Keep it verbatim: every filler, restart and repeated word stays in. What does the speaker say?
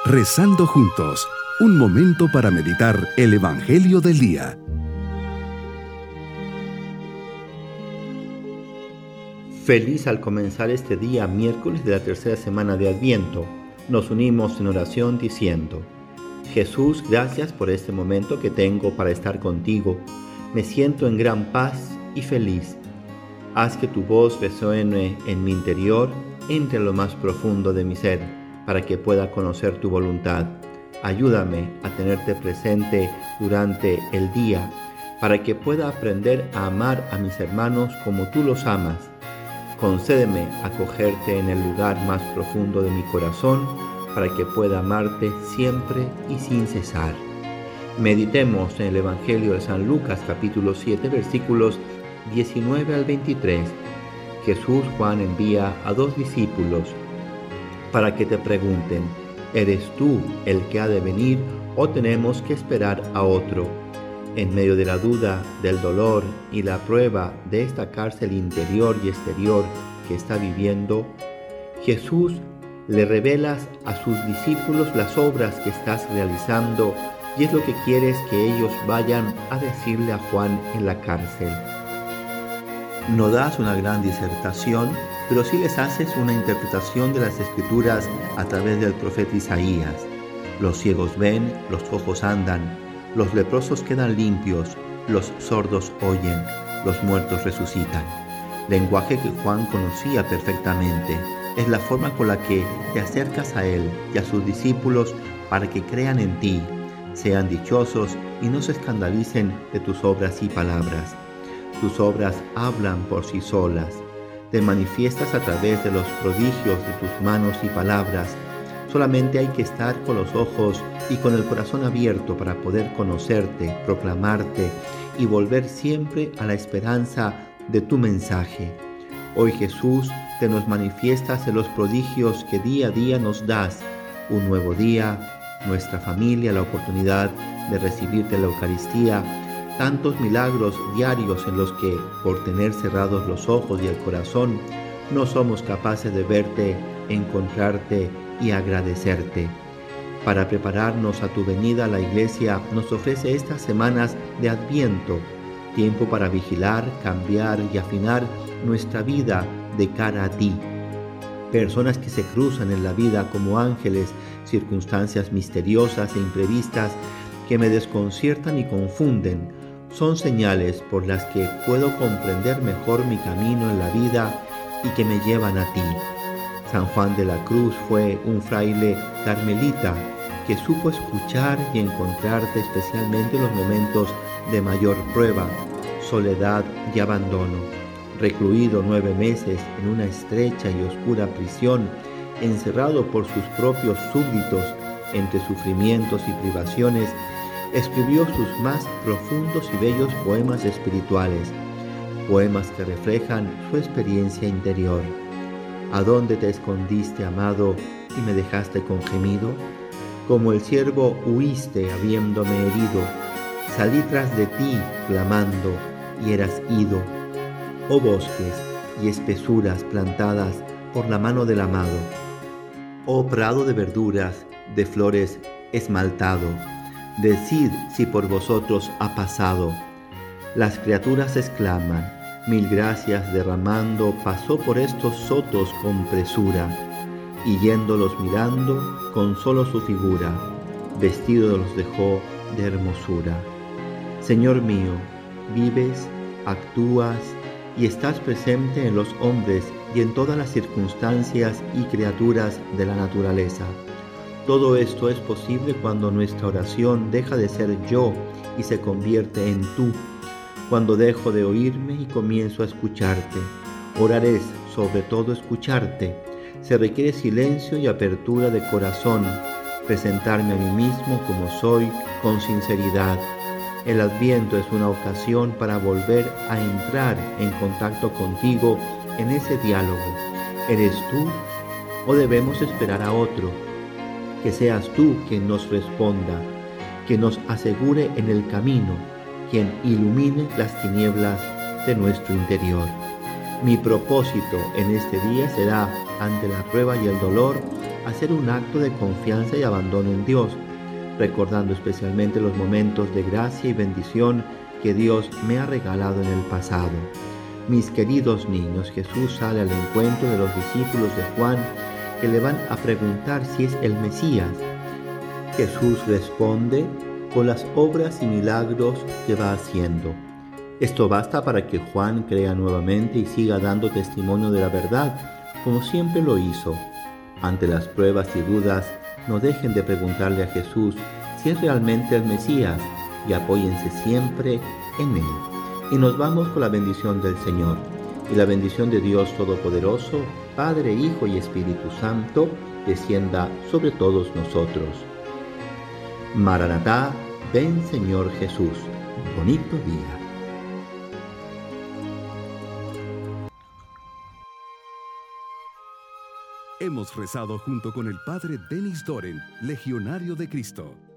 Rezando juntos, un momento para meditar el Evangelio del día. Feliz al comenzar este día, miércoles de la tercera semana de Adviento. Nos unimos en oración diciendo: Jesús, gracias por este momento que tengo para estar contigo. Me siento en gran paz y feliz. Haz que tu voz resuene en mi interior, entre lo más profundo de mi ser, para que pueda conocer tu voluntad. Ayúdame a tenerte presente durante el día, para que pueda aprender a amar a mis hermanos como tú los amas. Concédeme acogerte en el lugar más profundo de mi corazón, para que pueda amarte siempre y sin cesar. Meditemos en el Evangelio de San Lucas, capítulo siete, versículos diecinueve al veintitrés. Jesús Juan envía a dos discípulos para que te pregunten: ¿eres tú el que ha de venir o tenemos que esperar a otro? En medio de la duda, del dolor y la prueba de esta cárcel interior y exterior que está viviendo, Jesús le revelas a sus discípulos las obras que estás realizando y es lo que quieres que ellos vayan a decirle a Juan en la cárcel. No das una gran disertación, pero sí les haces una interpretación de las Escrituras a través del profeta Isaías. Los ciegos ven, los cojos andan, los leprosos quedan limpios, los sordos oyen, los muertos resucitan. Lenguaje que Juan conocía perfectamente. Es la forma con la que te acercas a él y a sus discípulos para que crean en ti, sean dichosos y no se escandalicen de tus obras y palabras. Tus obras hablan por sí solas. Te manifiestas a través de los prodigios de tus manos y palabras. Solamente hay que estar con los ojos y con el corazón abierto para poder conocerte, proclamarte y volver siempre a la esperanza de tu mensaje. Hoy, Jesús, te nos manifiestas en los prodigios que día a día nos das. Un nuevo día, nuestra familia, la oportunidad de recibirte en la Eucaristía, tantos milagros diarios en los que, por tener cerrados los ojos y el corazón, no somos capaces de verte, encontrarte y agradecerte. Para prepararnos a tu venida, la Iglesia nos ofrece estas semanas de Adviento, tiempo para vigilar, cambiar y afinar nuestra vida de cara a ti. Personas que se cruzan en la vida como ángeles, circunstancias misteriosas e imprevistas que me desconciertan y confunden, son señales por las que puedo comprender mejor mi camino en la vida y que me llevan a ti. San Juan de la Cruz fue un fraile carmelita que supo escuchar y encontrarte especialmente en los momentos de mayor prueba, soledad y abandono. Recluido nueve meses en una estrecha y oscura prisión, encerrado por sus propios súbditos entre sufrimientos y privaciones, escribió sus más profundos y bellos poemas espirituales, poemas que reflejan su experiencia interior. ¿A dónde te escondiste, amado, y me dejaste con gemido? Como el ciervo huiste habiéndome herido, salí tras de ti clamando y eras ido. Oh bosques y espesuras plantadas por la mano del amado, oh prado de verduras, de flores esmaltado, decid si por vosotros ha pasado. Las criaturas exclaman: mil gracias derramando, pasó por estos sotos con presura, y yéndolos mirando con solo su figura, vestido los dejó de hermosura. Señor mío, vives, actúas y estás presente en los hombres y en todas las circunstancias y criaturas de la naturaleza. Todo esto es posible cuando nuestra oración deja de ser yo y se convierte en tú. Cuando dejo de oírme y comienzo a escucharte. Orar es, sobre todo, escucharte. Se requiere silencio y apertura de corazón, presentarme a mí mismo como soy, con sinceridad. El Adviento es una ocasión para volver a entrar en contacto contigo en ese diálogo. ¿Eres tú o debemos esperar a otro? Que seas tú quien nos responda, que nos asegure en el camino, quien ilumine las tinieblas de nuestro interior. Mi propósito en este día será, ante la prueba y el dolor, hacer un acto de confianza y abandono en Dios, recordando especialmente los momentos de gracia y bendición que Dios me ha regalado en el pasado. Mis queridos niños, Jesús sale al encuentro de los discípulos de Juan que le van a preguntar si es el Mesías. Jesús responde con las obras y milagros que va haciendo. Esto basta para que Juan crea nuevamente y siga dando testimonio de la verdad, como siempre lo hizo. Ante las pruebas y dudas, no dejen de preguntarle a Jesús si es realmente el Mesías y apóyense siempre en Él. Y nos vamos con la bendición del Señor. Y la bendición de Dios Todopoderoso, Padre, Hijo y Espíritu Santo, descienda sobre todos nosotros. Maranatá, ven Señor Jesús. Bonito día. Hemos rezado junto con el Padre Denis Doren, Legionario de Cristo.